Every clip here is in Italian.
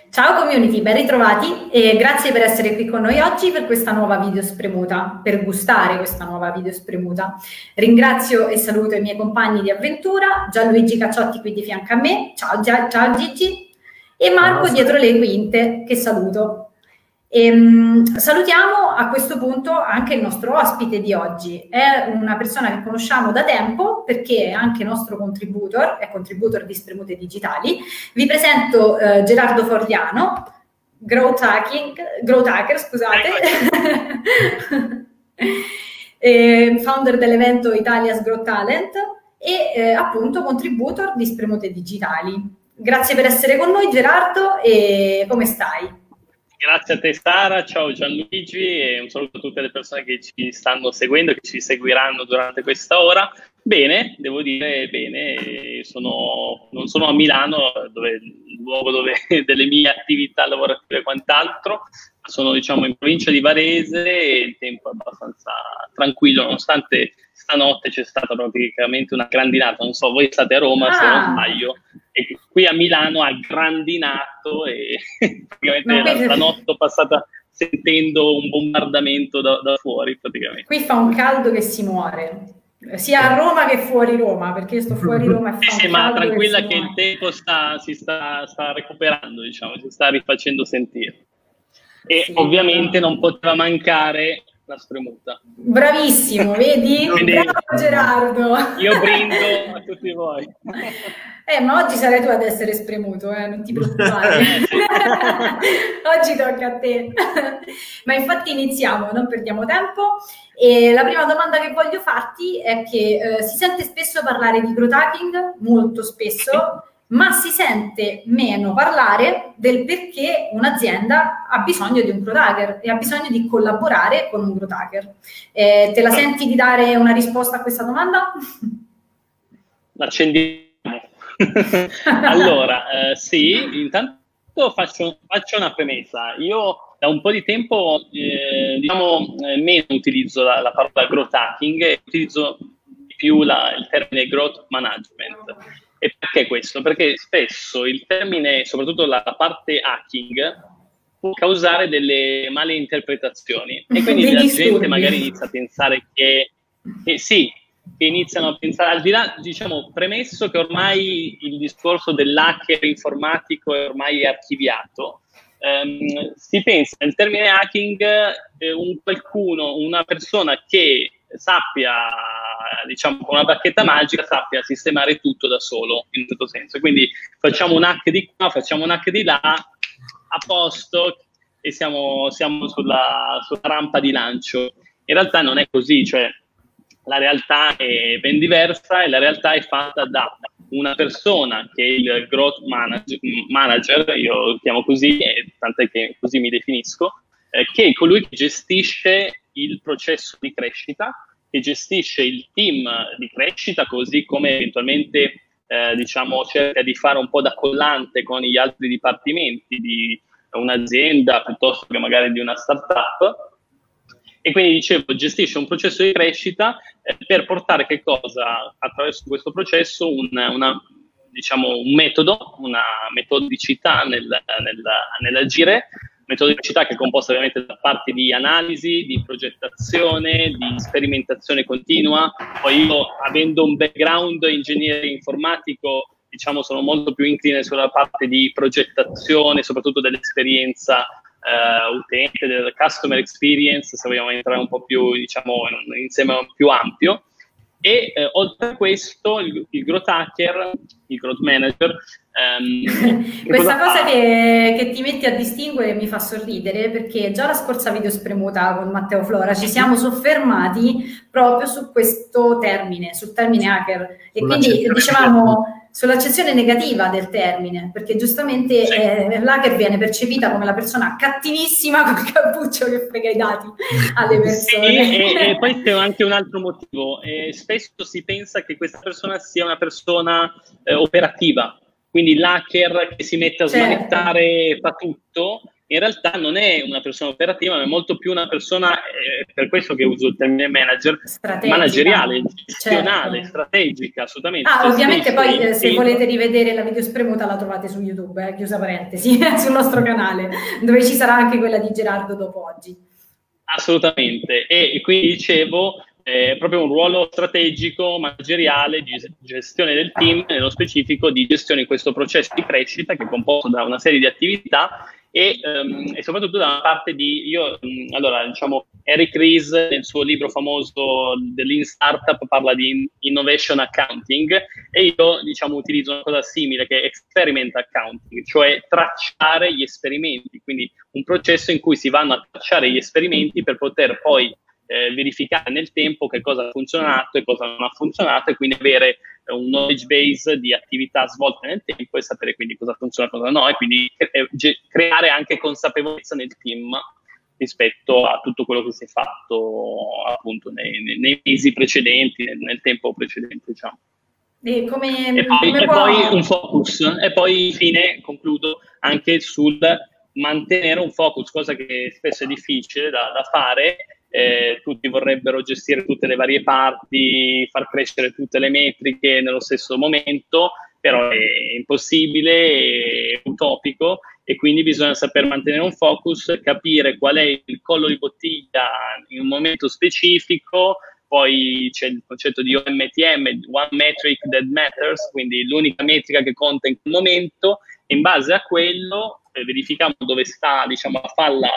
Ciao community, ben ritrovati e grazie per essere qui con noi oggi per questa nuova video spremuta, per gustare questa nuova video spremuta. Ringrazio e saluto i miei compagni di avventura, Gianluigi Cacciotti qui di fianco a me, ciao Gigi, e Marco dietro le quinte, che saluto. Salutiamo a questo punto anche il nostro ospite di oggi. È una persona che conosciamo da tempo perché è anche nostro contributor, è contributor di Spremute Digitali. Vi presento Gerardo Forliano, Growth Hacker, scusate, founder dell'evento Italia's Growth Talent e appunto contributor di Spremute Digitali. Grazie per essere con noi Gerardo e come stai? Grazie a te Sara, ciao Gianluigi e un saluto a tutte le persone che ci stanno seguendo, che ci seguiranno durante questa ora. Bene, devo dire bene, non sono a Milano, il luogo delle mie attività lavorative e quant'altro, sono diciamo in provincia di Varese e il tempo è abbastanza tranquillo, nonostante stanotte c'è stata praticamente una grandinata, non so, voi state a Roma se non sbaglio, e qui a Milano ha grandinato e praticamente la notte passata sentendo un bombardamento da fuori praticamente. Qui fa un caldo che si muore. Sia a Roma che fuori Roma, perché io sto fuori Roma e fa un ma caldo tranquilla che il tempo si sta recuperando, diciamo, si sta rifacendo sentire. E sì, ovviamente non poteva mancare la spremuta. Bravissimo, vedi? Bravo Gerardo! Io brindo a tutti voi. Ma oggi sarai tu ad essere spremuto, non ti preoccupare. Oggi tocca a te. Ma infatti iniziamo, non perdiamo tempo. E la prima domanda che voglio farti è che si sente spesso parlare di growth hacking, molto spesso, ma si sente meno parlare del perché un'azienda ha bisogno di un growth hacker e ha bisogno di collaborare con un growth hacker. Te la senti di dare una risposta a questa domanda? L'accendiamo. Allora, sì, intanto faccio una premessa. Io da un po' di tempo, meno utilizzo la parola growth hacking e utilizzo di più il termine growth management. E perché questo? Perché spesso il termine, soprattutto la parte hacking, può causare delle male interpretazioni. E quindi la gente magari inizia a pensare che sì, che iniziano a pensare, al di là, diciamo, premesso che ormai il discorso dell'hacker informatico è ormai archiviato, si pensa nel termine hacking una persona che sappia, diciamo, con una bacchetta magica sappia sistemare tutto da solo, in un certo senso. Quindi facciamo un hack di qua, facciamo un hack di là, a posto, e siamo sulla rampa di lancio. In realtà non è così, cioè la realtà è ben diversa e la realtà è fatta da una persona che è il growth manager, io lo chiamo così, tant'è che così mi definisco, che è colui che gestisce il processo di crescita, che gestisce il team di crescita, così come eventualmente diciamo, cerca di fare un po' da collante con gli altri dipartimenti di un'azienda piuttosto che magari di una startup. E quindi, dicevo, gestisce un processo di crescita per portare che cosa? Attraverso questo processo diciamo, un metodo, una metodicità nell'agire, metodicità che è composta ovviamente da parti di analisi, di progettazione, di sperimentazione continua. Poi io, avendo un background ingegnere informatico, diciamo, sono molto più incline sulla parte di progettazione, soprattutto dell'esperienza utente, del customer experience, se vogliamo entrare un po' più, diciamo, insieme più ampio. E oltre a questo il growth hacker, il growth manager, questa cosa che ti metti a distinguere mi fa sorridere, perché già la scorsa video spremuta con Matteo Flora ci siamo soffermati proprio su questo termine, sul termine hacker, e quindi dicevamo sull'accezione negativa del termine, perché giustamente l'hacker viene percepita come la persona cattivissima con il cappuccio che frega i dati alle persone. Sì, e poi c'è anche un altro motivo. Spesso si pensa che questa persona sia una persona operativa, quindi l'hacker che si mette a smanettare fa tutto, in realtà non è una persona operativa, ma è molto più una persona, per questo che uso il termine manager, manageriale, gestionale, certo. strategica, assolutamente. Ovviamente poi se volete rivedere la video spremuta la trovate su YouTube, chiusa parentesi, sul nostro canale, dove ci sarà anche quella di Gerardo dopo oggi. Assolutamente, e quindi dicevo, proprio un ruolo strategico, manageriale, di gestione del team, nello specifico di gestione di questo processo di crescita che è composto da una serie di attività e soprattutto da una parte di, allora diciamo, Eric Ries nel suo libro famoso The Lean Startup parla di innovation accounting e io diciamo utilizzo una cosa simile che è experiment accounting, cioè tracciare gli esperimenti, quindi un processo in cui si vanno a tracciare gli esperimenti per poter poi verificare nel tempo che cosa ha funzionato e cosa non ha funzionato e quindi avere un knowledge base di attività svolte nel tempo e sapere quindi cosa funziona e cosa no e quindi creare anche consapevolezza nel team rispetto a tutto quello che si è fatto appunto nei mesi precedenti, nel tempo precedente, diciamo. E poi un focus e poi infine concludo anche sul mantenere un focus, cosa che spesso è difficile da fare. Tutti vorrebbero gestire tutte le varie parti, far crescere tutte le metriche nello stesso momento, però è impossibile, è utopico e quindi bisogna saper mantenere un focus, capire qual è il collo di bottiglia in un momento specifico. Poi c'è il concetto di OMTM, One Metric That Matters, quindi l'unica metrica che conta in quel momento, e in base a quello verifichiamo dove sta, diciamo, la falla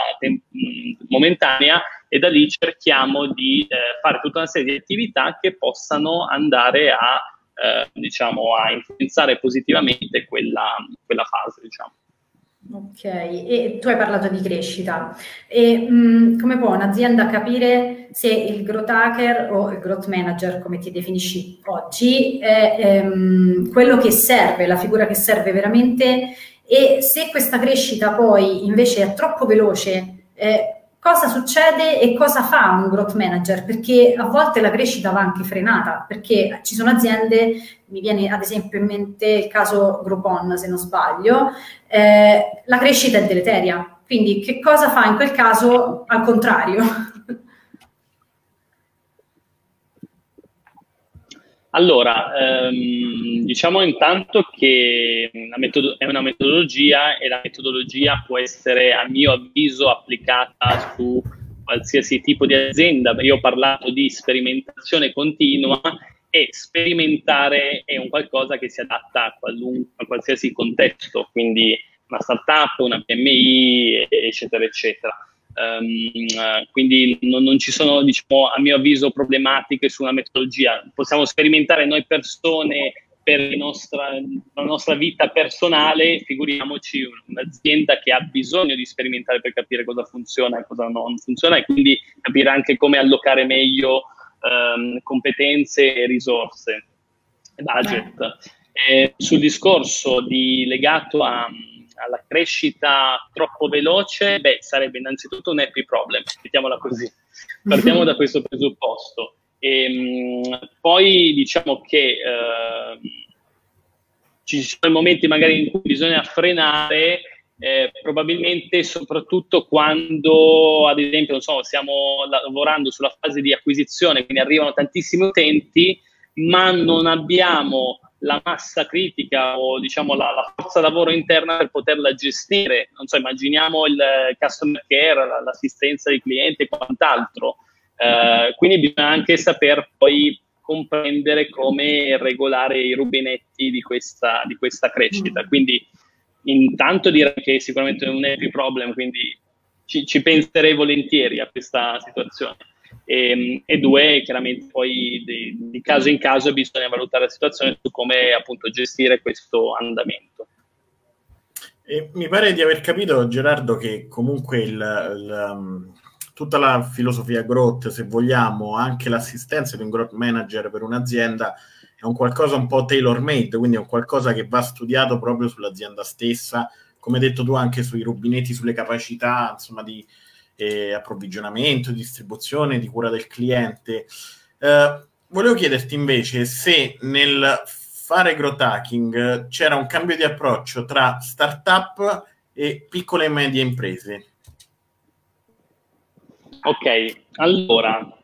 momentanea e da lì cerchiamo di fare tutta una serie di attività che possano andare a, diciamo, a influenzare positivamente quella fase, diciamo. Ok, e tu hai parlato di crescita. E come può un'azienda capire se il growth hacker o il growth manager, come ti definisci oggi, è quello che serve, la figura che serve veramente, e se questa crescita poi invece è troppo veloce, cosa succede e cosa fa un growth manager? Perché a volte la crescita va anche frenata, perché ci sono aziende, mi viene ad esempio in mente il caso Groupon, se non sbaglio, la crescita è deleteria. Quindi che cosa fa in quel caso al contrario? Allora, diciamo intanto che è una metodologia e la metodologia può essere, a mio avviso, applicata su qualsiasi tipo di azienda. Io ho parlato di sperimentazione continua e sperimentare è un qualcosa che si adatta a qualsiasi contesto, quindi una startup, una PMI, eccetera, eccetera. Quindi non ci sono, diciamo, a mio avviso, problematiche su una metodologia. Possiamo sperimentare noi persone per la nostra vita personale, figuriamoci un'azienda che ha bisogno di sperimentare per capire cosa funziona e cosa non funziona e quindi capire anche come allocare meglio competenze e risorse e budget. Sul discorso legato alla crescita troppo veloce, sarebbe innanzitutto un happy problem, mettiamola così. Partiamo da questo presupposto. Poi diciamo che ci sono momenti magari in cui bisogna frenare, probabilmente soprattutto quando, ad esempio, non so, stiamo lavorando sulla fase di acquisizione, quindi arrivano tantissimi utenti, ma non abbiamo la massa critica o diciamo la forza lavoro interna per poterla gestire. Non so, immaginiamo il customer care, l'assistenza dei clienti e quant'altro. Quindi bisogna anche saper poi comprendere come regolare i rubinetti di questa crescita. Quindi intanto direi che sicuramente non è più problem, quindi ci penserei volentieri a questa situazione. E due, chiaramente poi di caso in caso bisogna valutare la situazione su come appunto gestire questo andamento. E mi pare di aver capito, Gerardo, che comunque tutta la filosofia growth, se vogliamo, anche l'assistenza di un growth manager per un'azienda è un qualcosa un po' tailor made, quindi è un qualcosa che va studiato proprio sull'azienda stessa, come hai detto tu, anche sui rubinetti, sulle capacità, insomma, di approvvigionamento, distribuzione, di cura del cliente. Volevo chiederti invece se nel fare growth hacking c'era un cambio di approccio tra startup e piccole e medie imprese. Ok, allora,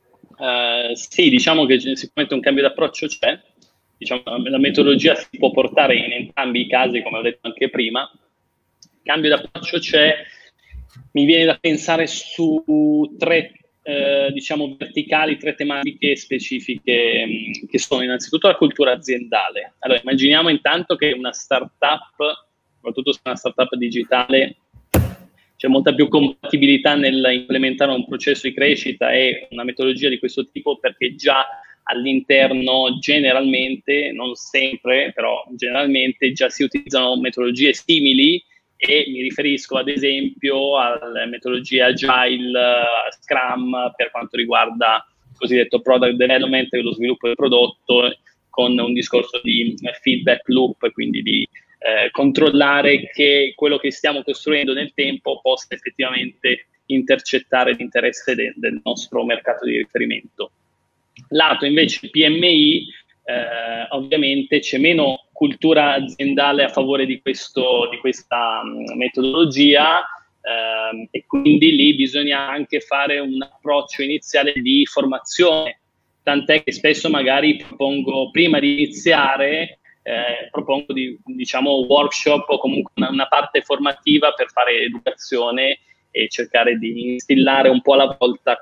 sì, diciamo che sicuramente un cambio d'approccio c'è, diciamo, la metodologia si può portare in entrambi i casi, come ho detto anche prima. Il cambio d'approccio c'è, mi viene da pensare su tre diciamo verticali, tre tematiche specifiche che sono innanzitutto la cultura aziendale. Allora, immaginiamo intanto che una startup, soprattutto se è una startup digitale, c'è molta più compatibilità nell'implementare un processo di crescita e una metodologia di questo tipo, perché già all'interno generalmente, non sempre, però generalmente già si utilizzano metodologie simili, e mi riferisco ad esempio alle metodologie Agile, Scrum per quanto riguarda il cosiddetto product development e lo sviluppo del prodotto, con un discorso di feedback loop, quindi di controllare che quello che stiamo costruendo nel tempo possa effettivamente intercettare l'interesse del nostro mercato di riferimento. Lato invece PMI, ovviamente c'è meno cultura aziendale a favore di questa metodologia, e quindi lì bisogna anche fare un approccio iniziale di formazione, tant'è che spesso magari propongo, prima di iniziare, propongo diciamo workshop o comunque una parte formativa per fare educazione e cercare di instillare un po' alla volta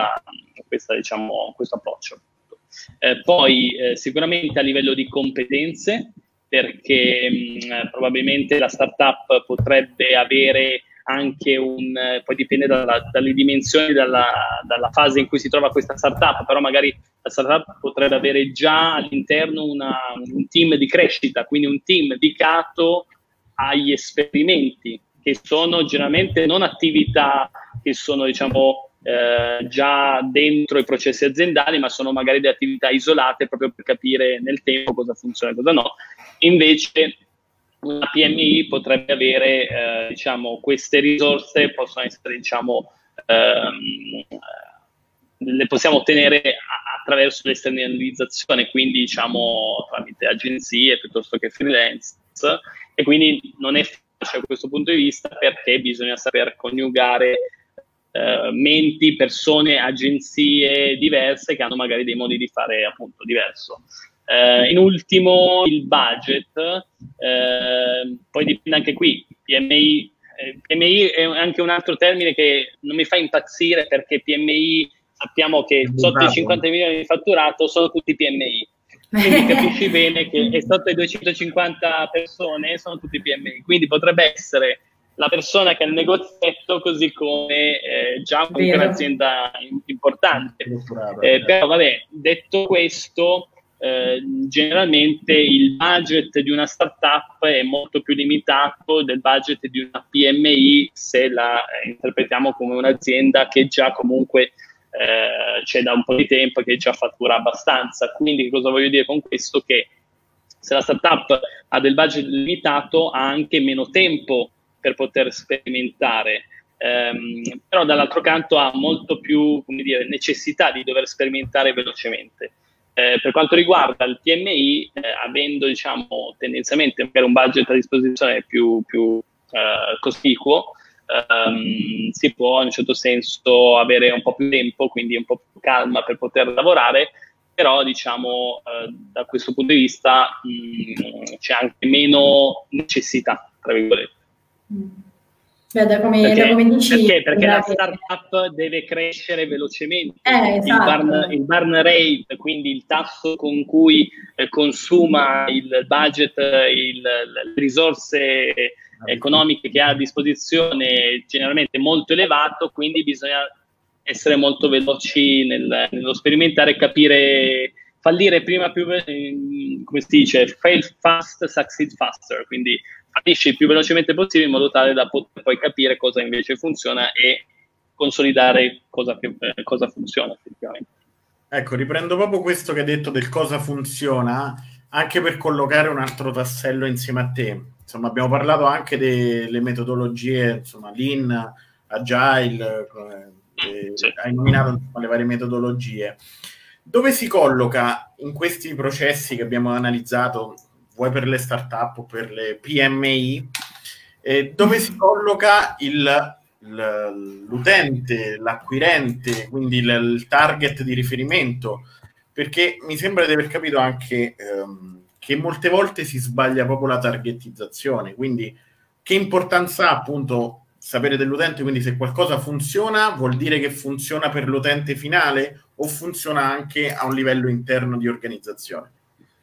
diciamo, questo approccio. Poi sicuramente a livello di competenze, perché probabilmente la startup potrebbe avere anche poi dipende dalle dimensioni, dalla fase in cui si trova questa startup, però magari la startup potrebbe avere già all'interno un team di crescita, quindi un team dedicato agli esperimenti, che sono generalmente non attività che sono, diciamo, già dentro i processi aziendali, ma sono magari delle attività isolate proprio per capire nel tempo cosa funziona e cosa no. Invece una PMI potrebbe avere, diciamo, queste risorse possono essere, diciamo, le possiamo ottenere attraverso l'esternalizzazione, quindi diciamo tramite agenzie piuttosto che freelance, e quindi non è facile da questo punto di vista, perché bisogna saper coniugare menti, persone, agenzie diverse che hanno magari dei modi di fare appunto diverso. In ultimo il budget, poi dipende anche qui, PMI è anche un altro termine che non mi fa impazzire, perché PMI sappiamo che sotto i 50 milioni di fatturato sono tutti PMI, quindi capisci bene che sotto i 250 persone sono tutti PMI, quindi potrebbe essere la persona che ha il negozietto, così come già comunque un'azienda importante. Però vabbè, detto questo, generalmente il budget di una startup è molto più limitato del budget di una PMI, se la interpretiamo come un'azienda che già comunque c'è da un po' di tempo, che già fattura abbastanza. Quindi cosa voglio dire con questo? Che se la startup ha del budget limitato, ha anche meno tempo per poter sperimentare, però dall'altro canto ha molto più, come dire, necessità di dover sperimentare velocemente. Per quanto riguarda il PMI, avendo, diciamo, tendenzialmente magari un budget a disposizione più cospicuo, si può in un certo senso avere un po' più tempo, quindi un po' più calma per poter lavorare, però diciamo da questo punto di vista c'è anche meno necessità, tra virgolette. Beh, da come dici, perché la startup deve crescere velocemente. Esatto. Il burn rate, quindi il tasso con cui consuma il budget, le risorse economiche che ha a disposizione, generalmente molto elevato, quindi bisogna essere molto veloci nello sperimentare, capire, fallire prima più, come si dice, fail fast, succeed faster, quindi fallisci il più velocemente possibile in modo tale da poter poi capire cosa invece funziona e consolidare cosa funziona effettivamente. Ecco, riprendo proprio questo che hai detto del cosa funziona, anche per collocare un altro tassello insieme a te. Insomma, abbiamo parlato anche delle metodologie, insomma, Lean, Agile, sì. Hai nominato le varie metodologie. Dove si colloca in questi processi che abbiamo analizzato, vuoi per le startup o per le PMI, dove si colloca l'utente, l'acquirente, quindi il target di riferimento, perché mi sembra di aver capito anche che molte volte si sbaglia proprio la targetizzazione, quindi che importanza ha appunto sapere dell'utente, quindi se qualcosa funziona vuol dire che funziona per l'utente finale o funziona anche a un livello interno di organizzazione?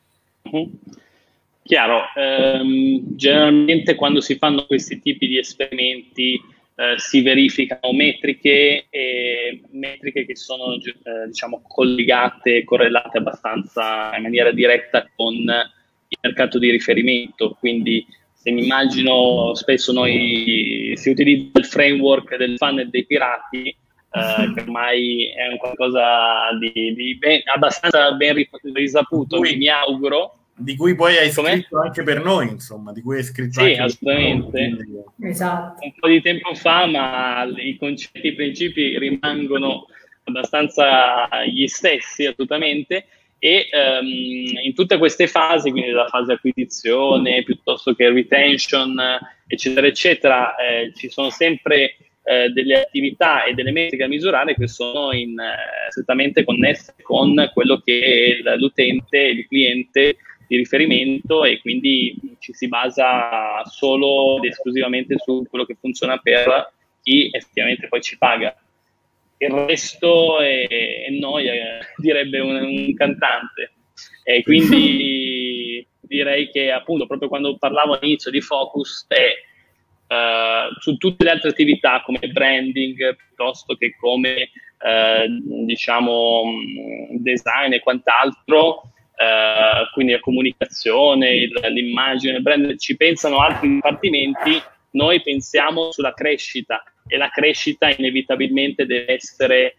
Chiaro, generalmente quando si fanno questi tipi di esperimenti si verificano metriche che sono diciamo collegate, correlate abbastanza in maniera diretta con il mercato di riferimento. Quindi se mi immagino, spesso si utilizza il framework del funnel dei pirati, che ormai è un qualcosa di abbastanza ben risaputo, mi auguro. Di cui poi hai scritto anche per noi, insomma, di cui hai scritto anche assolutamente. Per noi. Esatto. Un po' di tempo fa, ma i concetti, i principi rimangono abbastanza gli stessi, assolutamente. E in tutte queste fasi, quindi la fase acquisizione piuttosto che retention, eccetera, eccetera, ci sono sempre delle attività e delle metriche da misurare che sono strettamente connesse con quello che è l'utente, il cliente di riferimento, e quindi ci si basa solo ed esclusivamente su quello che funziona per chi effettivamente poi ci paga. Il resto è noia, direbbe un cantante. E quindi direi che appunto proprio quando parlavo all'inizio di focus su tutte le altre attività come branding piuttosto che come diciamo design e quant'altro, quindi la comunicazione, l'immagine, il brand, ci pensano altri dipartimenti, noi pensiamo sulla crescita, e la crescita inevitabilmente deve essere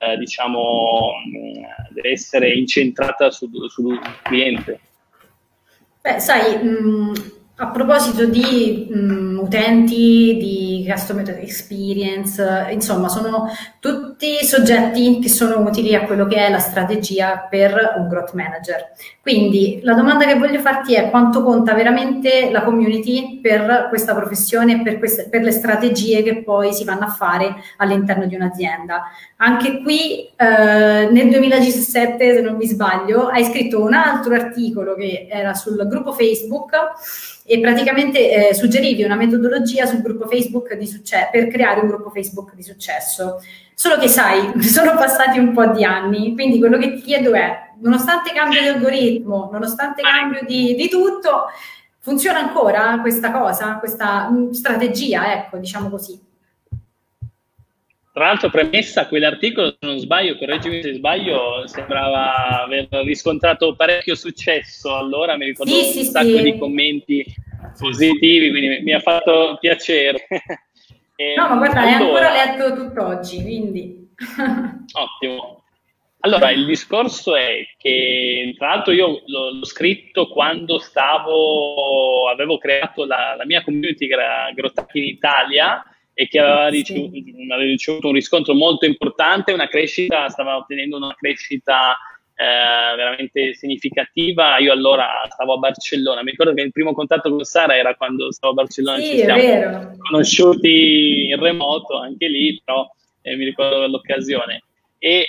deve essere incentrata sul cliente. Beh, sai, a proposito di utenti, di customer experience, insomma, sono tutti soggetti che sono utili a quello che è la strategia per un growth manager. Quindi la domanda che voglio farti è: quanto conta veramente la community per questa professione e per le strategie che poi si vanno a fare all'interno di un'azienda? Anche qui nel 2017, se non mi sbaglio, hai scritto un altro articolo che era sul gruppo Facebook e praticamente suggerivi una metodologia sul gruppo Facebook per creare un gruppo Facebook di successo. Solo che sai, sono passati un po' di anni, quindi quello che ti chiedo è: nonostante cambio di algoritmo, nonostante cambio di tutto, funziona ancora questa cosa, questa strategia, ecco, diciamo così? Tra l'altro, premessa, quell'articolo, se non sbaglio, correggimi se sbaglio, sembrava aver riscontrato parecchio successo. Allora mi ricordo un sacco di commenti positivi, quindi mi ha fatto piacere. No, ma guarda, allora, è ancora letto tutt'oggi, quindi... Ottimo. Allora, il discorso è che, tra l'altro, io l'ho scritto quando avevo creato la mia community, che era Growth Hacking in Italia, e che aveva ricevuto un riscontro molto importante, stava ottenendo una crescita veramente significativa. Io allora stavo a Barcellona, mi ricordo che il primo contatto con Sara era quando stavo a Barcellona, ci siamo conosciuti in remoto anche lì, però mi ricordo l'occasione. E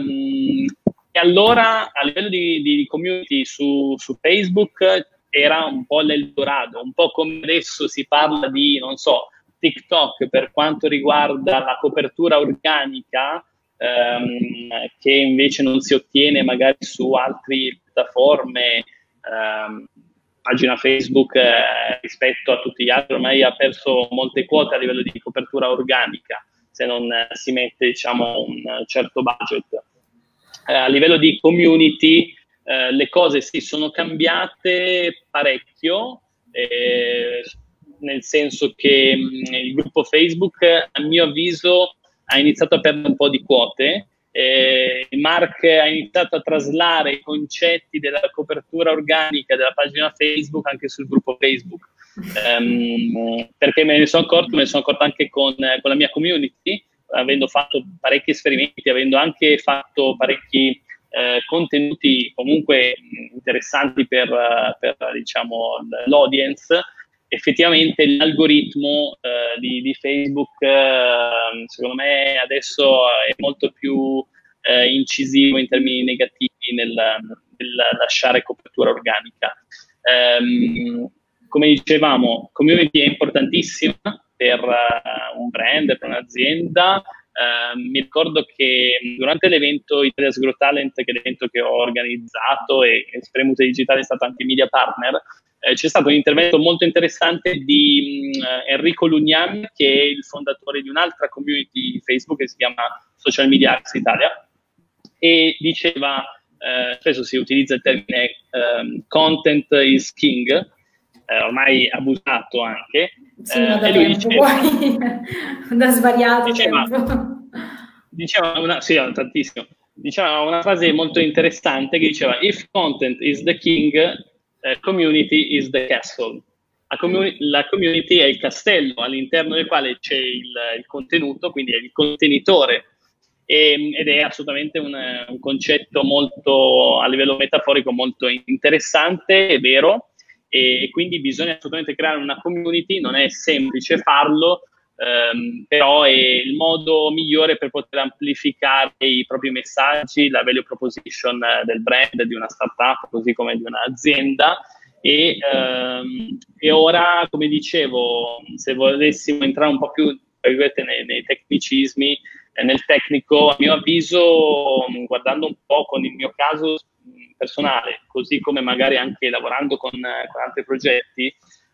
allora a livello di community su Facebook era un po' l'Eldorado, un po' come adesso si parla di, non so, TikTok per quanto riguarda la copertura organica, che invece non si ottiene magari su altre piattaforme. Pagina Facebook rispetto a tutti gli altri ormai ha perso molte quote a livello di copertura organica, se non si mette, diciamo, un certo budget. A livello di community le cose sono cambiate parecchio, nel senso che il gruppo Facebook, a mio avviso, ha iniziato a perdere un po' di quote. Mark ha iniziato a traslare i concetti della copertura organica della pagina Facebook anche sul gruppo Facebook, perché me ne sono accorto anche con la mia community, avendo fatto parecchi esperimenti, avendo anche fatto parecchi contenuti comunque interessanti per diciamo l'audience. effettivamente l'algoritmo di Facebook, secondo me, adesso è molto più incisivo in termini negativi nel lasciare copertura organica. Come dicevamo, community è importantissima per un brand, per un'azienda. Mi ricordo che durante l'evento Italia's Growth Talent, che è l'evento che ho organizzato e Spremuta Digitale è stato anche media partner, c'è stato un intervento molto interessante di Enrico Lugnan, che è il fondatore di un'altra community Facebook che si chiama Social Media Arts Italia, e diceva, spesso si utilizza il termine content is king, ormai abusato anche, sì, da e lui tempo, poi da svariato diceva tantissimo. Diceva una frase molto interessante che diceva: if content is the king, community is the castle. La community è il castello all'interno del quale c'è il contenuto, quindi è il contenitore, ed è assolutamente un concetto molto, a livello metaforico, molto interessante, è vero, e quindi bisogna assolutamente creare una community. Non è semplice farlo, però è il modo migliore per poter amplificare i propri messaggi, la value proposition del brand, di una startup, così come di un'azienda. E ora, come dicevo, se volessimo entrare un po' più nei tecnicismi, nel tecnico, a mio avviso, guardando un po' con il mio caso personale, così come magari anche lavorando con altri progetti,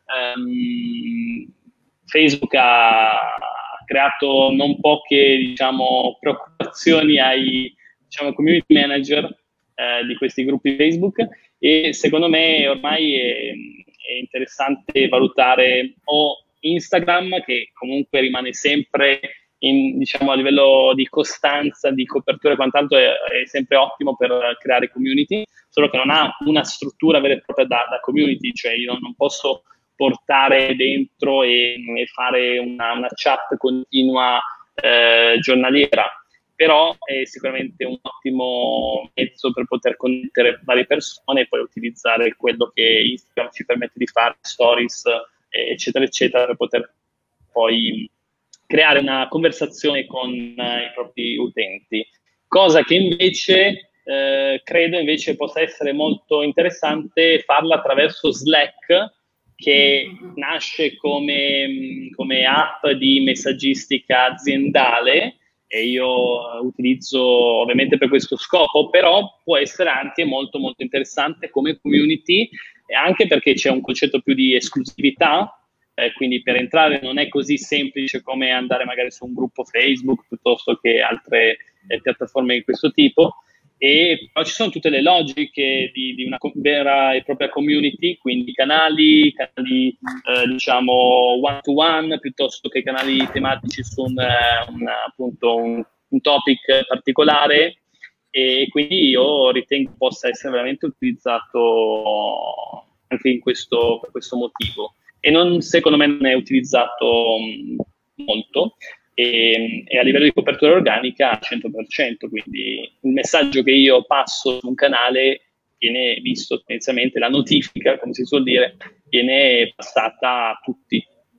Facebook ha creato non poche, diciamo, preoccupazioni ai, diciamo, community manager di questi gruppi Facebook, e secondo me ormai è interessante valutare o Instagram, che comunque rimane sempre diciamo, a livello di costanza, di copertura e quant'altro, è sempre ottimo per creare community, solo che non ha una struttura vera e propria da community, cioè io non posso portare dentro e fare una chat continua giornaliera, però è sicuramente un ottimo mezzo per poter connettere varie persone e poi utilizzare quello che Instagram ci permette di fare, stories, eccetera, eccetera, per poter poi creare una conversazione con i propri utenti, cosa che invece credo invece possa essere molto interessante farla attraverso Slack, che nasce come app di messaggistica aziendale, e io utilizzo ovviamente per questo scopo, però può essere anche molto molto interessante come community, anche perché c'è un concetto più di esclusività. Quindi per entrare non è così semplice come andare magari su un gruppo Facebook piuttosto che altre piattaforme di questo tipo, e però ci sono tutte le logiche di una vera e propria community, quindi canali diciamo one to one piuttosto che canali tematici su appunto un topic particolare, e quindi io ritengo possa essere veramente utilizzato anche per questo motivo. E secondo me non è utilizzato molto, e a livello di copertura organica al 100%, quindi il messaggio che io passo su un canale viene visto tendenzialmente, la notifica, come si suol dire, viene passata a tutti.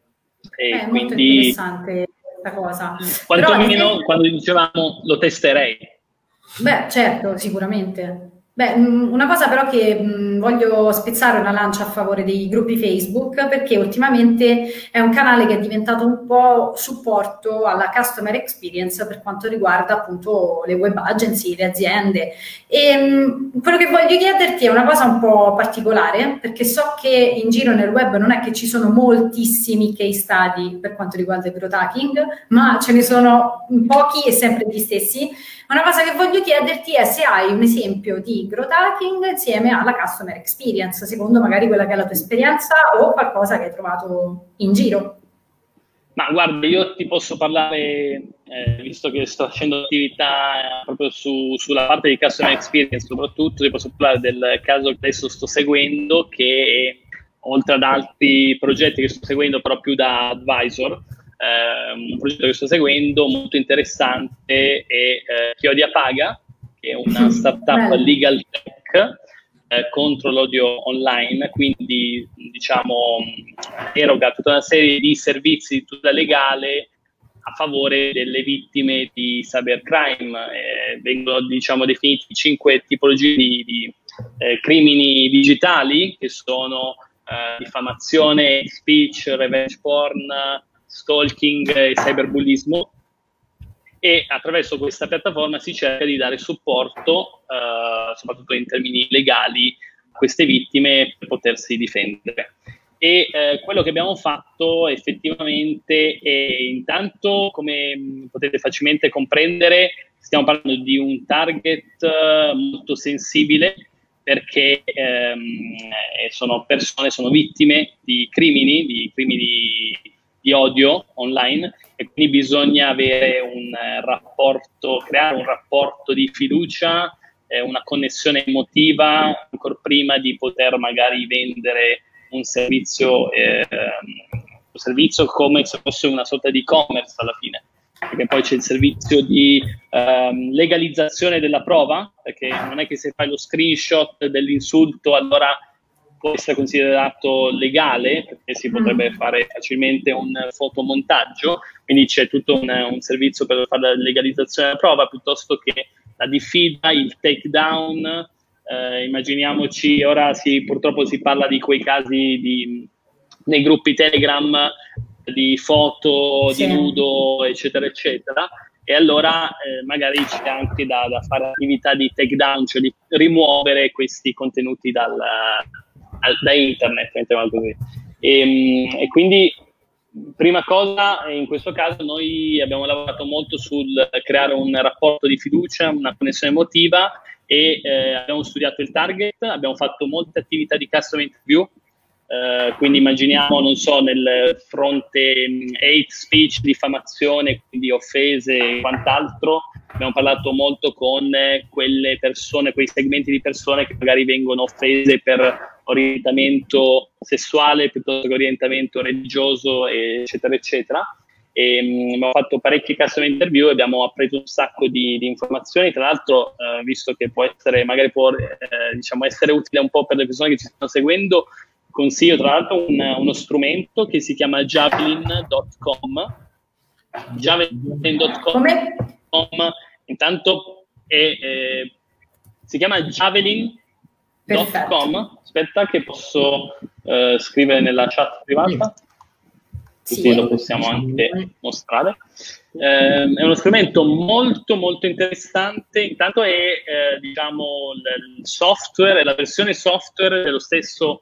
È molto interessante questa cosa. Quantomeno quando dicevamo lo testerei. Beh, certo, sicuramente. Beh, una cosa però che voglio spezzare una lancia a favore dei gruppi Facebook, perché ultimamente è un canale che è diventato un po' supporto alla customer experience per quanto riguarda appunto le web agency, le aziende. E quello che voglio chiederti è una cosa un po' particolare, perché so che in giro nel web non è che ci sono moltissimi case study per quanto riguarda il growth hacking, ma ce ne sono pochi e sempre gli stessi. Una cosa che voglio chiederti è se hai un esempio di growth hacking insieme alla customer experience, secondo magari quella che è la tua esperienza o qualcosa che hai trovato in giro. Ma guarda, io ti posso parlare, visto che sto facendo attività proprio sulla parte di customer experience soprattutto, ti posso parlare del caso che adesso sto seguendo, che oltre ad altri progetti che sto seguendo però più da advisor, un progetto che sto seguendo molto interessante è Chiodia Paga, che è una startup legal tech contro l'odio online, quindi diciamo eroga tutta una serie di servizi di tutela legale a favore delle vittime di cybercrime. Vengono diciamo definiti 5 tipologie di crimini digitali, che sono diffamazione, hate speech, revenge porn, stalking e cyberbullismo, e attraverso questa piattaforma si cerca di dare supporto, soprattutto in termini legali, a queste vittime per potersi difendere. E quello che abbiamo fatto effettivamente è, intanto, come potete facilmente comprendere, stiamo parlando di un target molto sensibile, perché sono persone, sono vittime di crimini di odio online, e quindi bisogna avere un rapporto, creare un rapporto di fiducia, una connessione emotiva, ancora prima di poter magari vendere un servizio come se fosse una sorta di e-commerce alla fine. Perché poi c'è il servizio di legalizzazione della prova, perché non è che se fai lo screenshot dell'insulto allora può essere considerato legale, perché si potrebbe fare facilmente un fotomontaggio, quindi c'è tutto un servizio per fare la legalizzazione della prova, piuttosto che la diffida, il takedown. Immaginiamoci, ora purtroppo si parla di quei casi nei gruppi Telegram di foto, di nudo, eccetera, eccetera, e allora magari c'è anche da fare attività di takedown, cioè di rimuovere questi contenuti da internet, mettiamola così. E quindi, prima cosa, in questo caso noi abbiamo lavorato molto sul creare un rapporto di fiducia, una connessione emotiva, e abbiamo studiato il target, abbiamo fatto molte attività di customer interview. Quindi immaginiamo, non so, nel fronte hate speech, diffamazione, quindi offese e quant'altro, abbiamo parlato molto con quelle persone, quei segmenti di persone che magari vengono offese per orientamento sessuale piuttosto che orientamento religioso, eccetera, eccetera. E abbiamo fatto parecchi customer interview e abbiamo appreso un sacco di informazioni. Tra l'altro, visto che può essere, magari può diciamo essere utile un po' per le persone che ci stanno seguendo, consiglio tra l'altro uno strumento che si chiama javelin.com. Javelin.com intanto si chiama javelin.com. Aspetta che posso scrivere nella chat privata, così lo possiamo anche mostrare. È uno strumento molto molto interessante. Intanto è diciamo il software, è la versione software dello stesso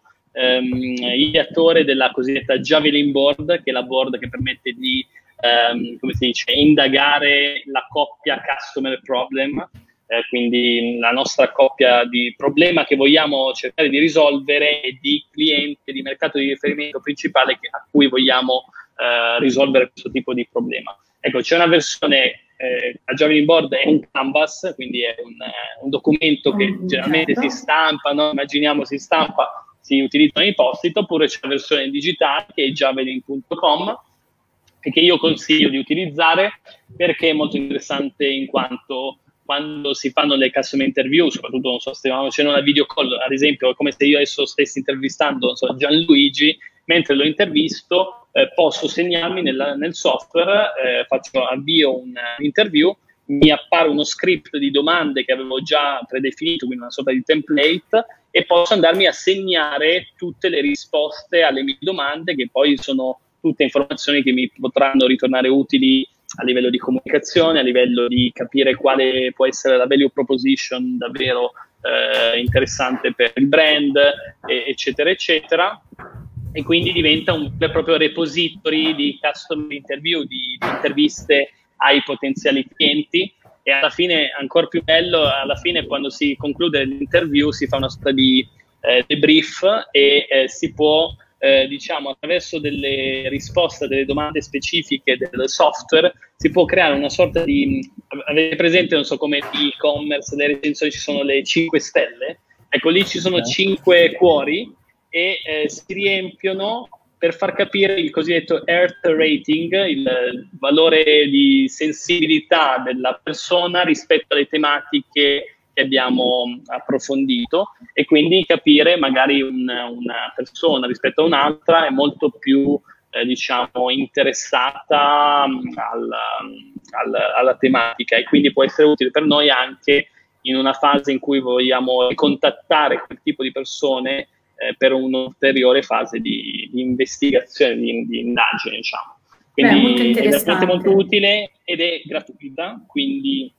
ideatore della cosiddetta Javelin Board, che è la board che permette di come si dice, indagare la coppia customer problem, quindi la nostra coppia di problema che vogliamo cercare di risolvere e di cliente, di mercato di riferimento principale a cui vogliamo risolvere questo tipo di problema. Ecco, c'è una versione, la Javelin Board è un canvas, quindi è un documento che generalmente si stampa, no? Immaginiamo si stampa, si utilizzano i post-it, oppure c'è la versione digitale che è javelin.com, e che io consiglio di utilizzare perché è molto interessante, in quanto quando si fanno le customer interview, soprattutto, non so, stiamo facendo una video call, ad esempio, è come se io adesso stessi intervistando, non so, Gianluigi, mentre lo intervisto posso segnarmi nel software, avvio un interview, mi appare uno script di domande che avevo già predefinito, quindi una sorta di template, e posso andarmi a segnare tutte le risposte alle mie domande, che poi sono tutte informazioni che mi potranno ritornare utili a livello di comunicazione, a livello di capire quale può essere la value proposition davvero interessante per il brand, eccetera, eccetera. E quindi diventa un vero e proprio repository di customer interview, di interviste ai potenziali clienti. E alla fine, ancora più bello, alla fine quando si conclude l'interview si fa una sorta di debrief e si può, diciamo, attraverso delle risposte, delle domande specifiche del software, si può creare una sorta di, avete presente, non so, come di e-commerce, le recensioni ci sono le 5 stelle, ecco, lì ci sono 5 cuori e si riempiono per far capire il cosiddetto Earth Rating, il valore di sensibilità della persona rispetto alle tematiche che abbiamo approfondito, e quindi capire magari una persona rispetto a un'altra è molto più diciamo interessata alla tematica, e quindi può essere utile per noi anche in una fase in cui vogliamo contattare quel tipo di persone per un'ulteriore fase di investigazione, di indagine, diciamo. Quindi è veramente molto utile ed è gratuita, quindi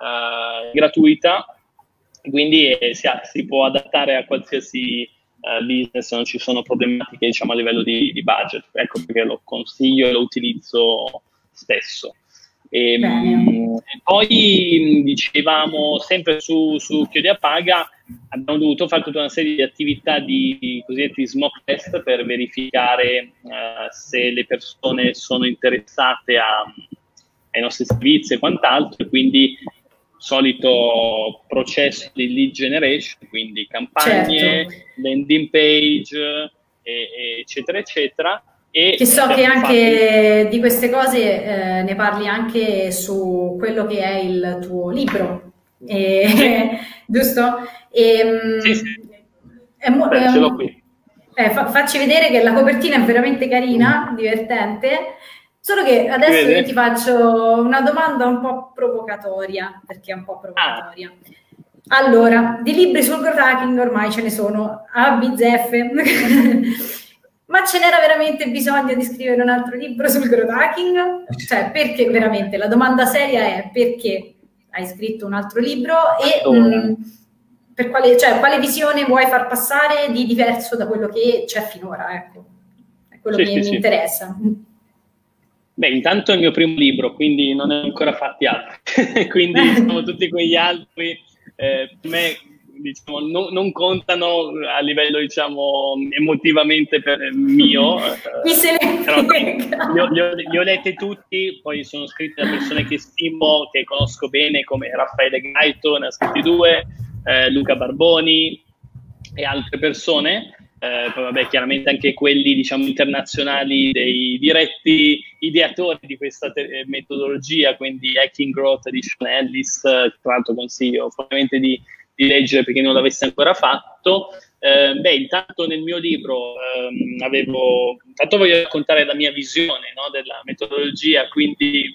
si può adattare a qualsiasi business, non ci sono problematiche, diciamo, a livello di budget. Ecco perché lo consiglio e lo utilizzo spesso. E poi dicevamo, sempre su Chiodi a Paga, abbiamo dovuto fare tutta una serie di attività di cosiddetti smoke test per verificare se le persone sono interessate ai nostri servizi e quant'altro, e quindi solito processo di lead generation, quindi campagne, landing page, eccetera, eccetera. Che so che anche di queste cose ne parli anche su quello che è il tuo libro, giusto? Sì. Ce l'ho qui. Facci vedere che la copertina è veramente carina, divertente, solo che adesso io ti faccio una domanda un po' provocatoria, perché è un po' provocatoria. Allora, di libri sul growth hacking ormai ce ne sono a bizzeffe. Ma ce n'era veramente bisogno di scrivere un altro libro sul growth hacking? Cioè, perché veramente? La domanda seria è: perché hai scritto un altro libro e per quale visione vuoi far passare di diverso da quello che c'è finora? Ecco, è quello che mi interessa. Beh, intanto è il mio primo libro, quindi non ne ho ancora fatti altri. Quindi sono tutti quegli altri, per me, diciamo, non contano a livello, diciamo, emotivamente per mio. Li ho letti tutti, poi sono scritti da persone che stimo, che conosco bene, come Raffaele Gaito, ne ha scritti 2, Luca Barboni e altre persone. Poi vabbè, chiaramente anche quelli, diciamo, internazionali, dei diretti ideatori di questa metodologia, quindi Hacking Growth di Sean Ellis, tra l'altro consiglio ovviamente di leggere per chi non l'avesse ancora fatto. Intanto nel mio libro intanto voglio raccontare la mia visione, no, della metodologia, quindi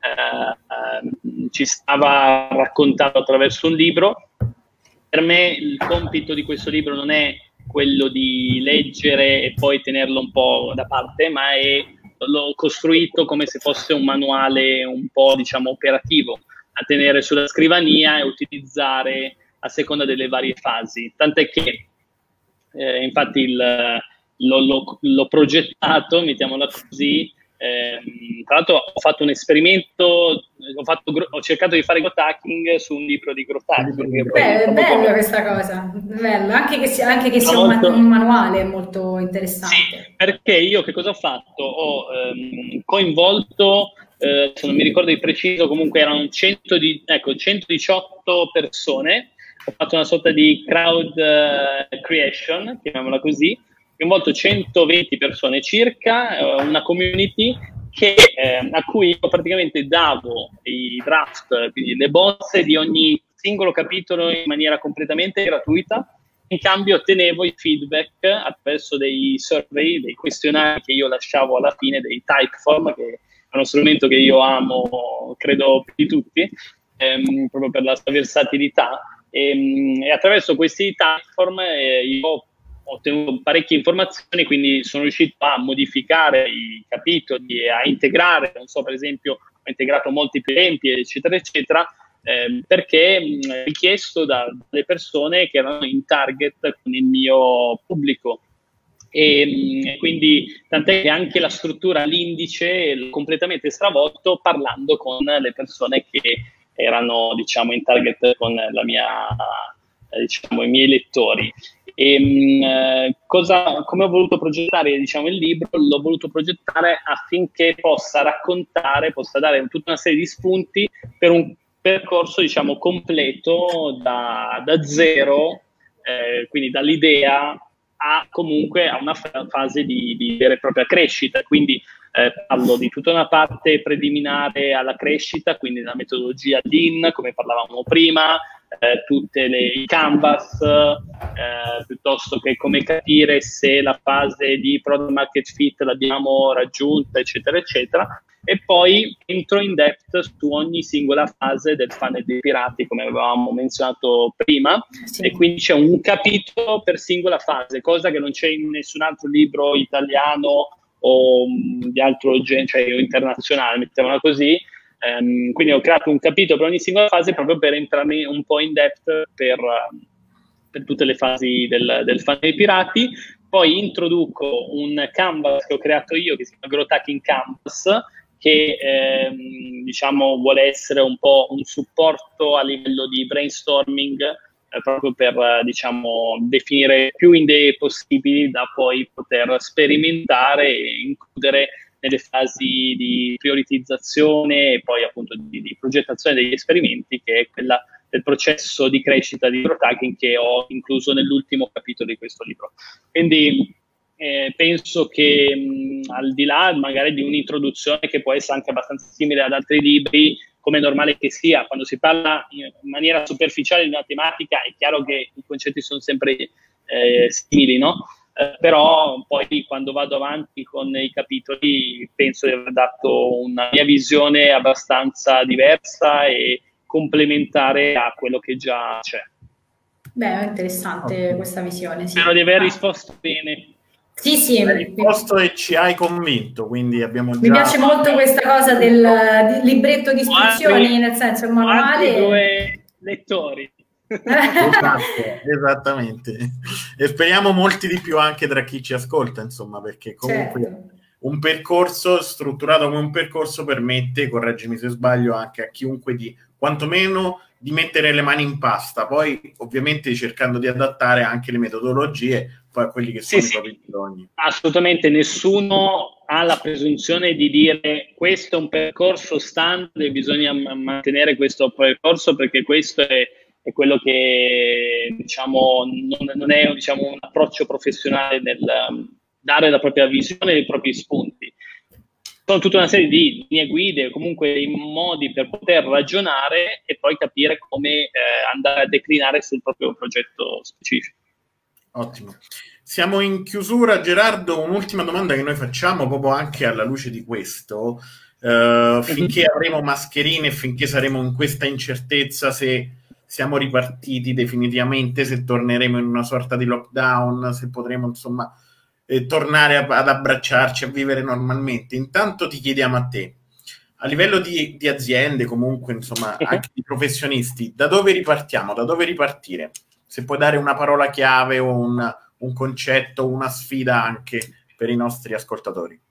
ci stava raccontato attraverso un libro. Per me il compito di questo libro non è quello di leggere e poi tenerlo un po' da parte, ma l'ho costruito come se fosse un manuale un po', diciamo, operativo, a tenere sulla scrivania e utilizzare a seconda delle varie fasi. Tant'è che infatti l'ho progettato, mettiamola così. Tra l'altro ho fatto un esperimento, ho cercato di fare growth hacking su un libro di growth hacking. È bello questa cosa, bello, anche che sia un manuale molto interessante. Sì, perché io che cosa ho fatto? Ho coinvolto, se non mi ricordo di preciso, comunque erano 118 persone. Ho fatto una sorta di crowd creation, chiamiamola così. Ho coinvolto 120 persone circa, una community a cui io praticamente davo i draft, quindi le bozze di ogni singolo capitolo in maniera completamente gratuita. In cambio ottenevo i feedback attraverso dei survey, dei questionari che io lasciavo alla fine, dei Typeform, che è uno strumento che io amo, credo, più di tutti, proprio per la sua versatilità. E attraverso questi Typeform io ho ottenuto parecchie informazioni, quindi sono riuscito a modificare i capitoli e a integrare, non so, per esempio ho integrato molti più esempi, eccetera, eccetera, perché richiesto dalle persone che erano in target con il mio pubblico. E quindi tant'è che anche la struttura, l'indice, l'ho completamente stravolto parlando con le persone che erano, diciamo, in target con la mia, diciamo, i miei lettori. Come ho voluto progettare, diciamo, il libro? L'ho voluto progettare affinché possa raccontare, possa dare tutta una serie di spunti per un percorso, diciamo, completo da zero, quindi dall'idea comunque a una fase di vera e propria crescita. Quindi parlo di tutta una parte preliminare alla crescita, quindi la metodologia Lean, come parlavamo prima, tutte i canvas, piuttosto che come capire se la fase di product market fit l'abbiamo raggiunta, eccetera, eccetera. E poi entro in depth su ogni singola fase del funnel dei pirati, come avevamo menzionato prima, sì. E quindi c'è un capitolo per singola fase, cosa che non c'è in nessun altro libro italiano o di altro genere, cioè internazionale, mettiamola così. Quindi ho creato un capitolo per ogni singola fase proprio per entrare un po' in depth per tutte le fasi del funnel dei pirati. Poi introduco un canvas che ho creato io, che si chiama Growth Hacking Canvas, che diciamo vuole essere un po' un supporto a livello di brainstorming, proprio per diciamo definire più idee possibili da poi poter sperimentare e includere nelle fasi di prioritizzazione e poi appunto di progettazione degli esperimenti, che è quella del processo di crescita di growth hacking che ho incluso nell'ultimo capitolo di questo libro. Quindi penso che al di là magari di un'introduzione che può essere anche abbastanza simile ad altri libri, come è normale che sia, quando si parla in maniera superficiale di una tematica è chiaro che i concetti sono sempre simili, no? Però poi quando vado avanti con i capitoli penso di aver dato una mia visione abbastanza diversa e complementare a quello che già c'è. Beh, è interessante questa visione. Sì. Spero di aver risposto bene. Sì, sì. Hai risposto e ci hai convinto, quindi abbiamo già... Mi piace molto questa cosa del libretto di istruzioni, nel senso il manuale... 2 lettori. Esatto, esattamente, e speriamo molti di più anche tra chi ci ascolta, insomma, perché comunque certo. Un percorso strutturato come un percorso permette, correggimi se sbaglio, anche a chiunque di quantomeno di mettere le mani in pasta, poi ovviamente cercando di adattare anche le metodologie poi a quelli che sono i propri bisogni. Assolutamente, nessuno ha la presunzione di dire questo è un percorso standard e bisogna mantenere questo percorso perché questo è quello che diciamo non è diciamo un approccio professionale nel dare la propria visione e i propri spunti. Sono tutta una serie di linee guide, comunque dei modi per poter ragionare e poi capire come andare a declinare sul proprio progetto specifico. Ottimo. Siamo in chiusura, Gerardo, un'ultima domanda che noi facciamo proprio anche alla luce di questo, finché avremo mascherine, finché saremo in questa incertezza se siamo ripartiti definitivamente, se torneremo in una sorta di lockdown, se potremo insomma tornare ad abbracciarci, a vivere normalmente. Intanto ti chiediamo a te, a livello di aziende, comunque insomma anche di professionisti, da dove ripartiamo, da dove ripartire? Se puoi dare una parola chiave o un concetto, una sfida anche per i nostri ascoltatori.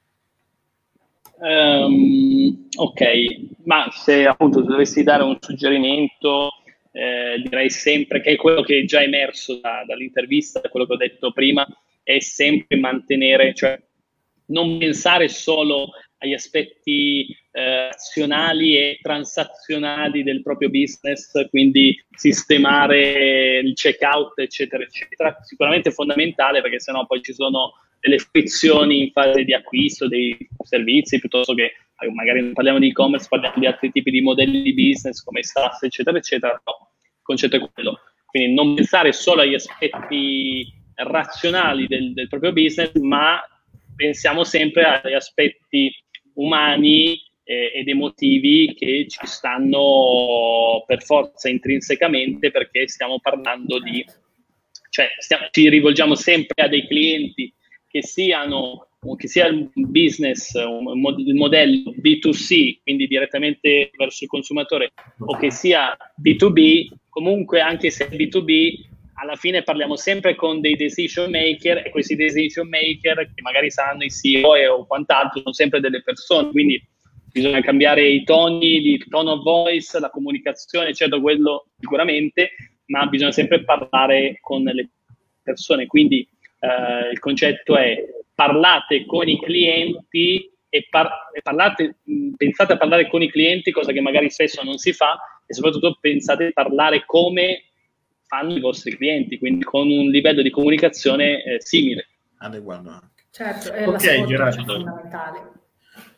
Ok, ma se appunto dovessi dare un suggerimento, direi sempre che è quello che è già emerso dall'intervista, da quello che ho detto prima, è sempre mantenere, cioè non pensare solo agli aspetti azionali e transazionali del proprio business, quindi sistemare il checkout, eccetera, eccetera. Sicuramente è fondamentale perché sennò poi ci sono delle frizioni in fase di acquisto dei servizi, piuttosto che magari non parliamo di e-commerce, parliamo di altri tipi di modelli di business come SaaS, eccetera, eccetera. No, il concetto è quello. Quindi non pensare solo agli aspetti razionali del proprio business, ma pensiamo sempre agli aspetti umani ed emotivi che ci stanno per forza intrinsecamente, perché stiamo parlando di, cioè ci rivolgiamo sempre a dei clienti che sia il business, il modello B2C, quindi direttamente verso il consumatore, o che sia B2B, comunque anche se è B2B, alla fine parliamo sempre con dei decision maker e questi decision maker, che magari saranno i CEO o quant'altro, sono sempre delle persone, quindi bisogna cambiare i toni, il tone of voice, la comunicazione, certo quello sicuramente, ma bisogna sempre parlare con le persone, quindi il concetto è parlate con i clienti e pensate a parlare con i clienti, cosa che magari spesso non si fa, e soprattutto pensate a parlare come fanno i vostri clienti, quindi con un livello di comunicazione simile. Adeguato anche. Certo, è l'ascolto fondamentale.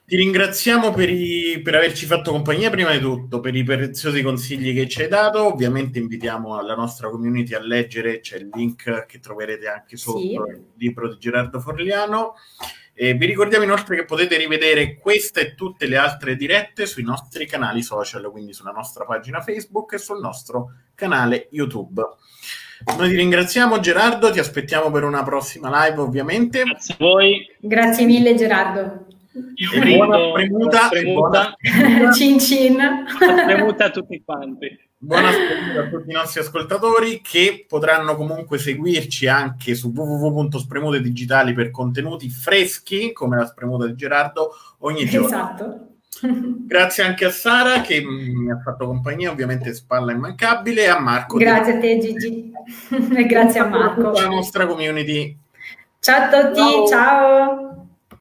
Ti ringraziamo per averci fatto compagnia prima di tutto, per i preziosi consigli che ci hai dato. Ovviamente invitiamo la nostra community a leggere, c'è il link che troverete anche sotto il libro di Gerardo Forliano. E vi ricordiamo inoltre che potete rivedere questa e tutte le altre dirette sui nostri canali social, quindi sulla nostra pagina Facebook e sul nostro canale YouTube. Noi ti ringraziamo Gerardo, ti aspettiamo per una prossima live ovviamente. Grazie a voi. Grazie mille Gerardo. Buona spremuta. Cin cin. Spremuta a tutti quanti. Buona spremuta a tutti i nostri ascoltatori che potranno comunque seguirci anche su www.spremute.digitali per contenuti freschi come la spremuta di Gerardo ogni giorno. Esatto. Grazie anche a Sara che mi ha fatto compagnia, ovviamente spalla immancabile, e a Marco. Grazie a te Gigi e grazie a Marco. La nostra community. Ciao a tutti, ciao.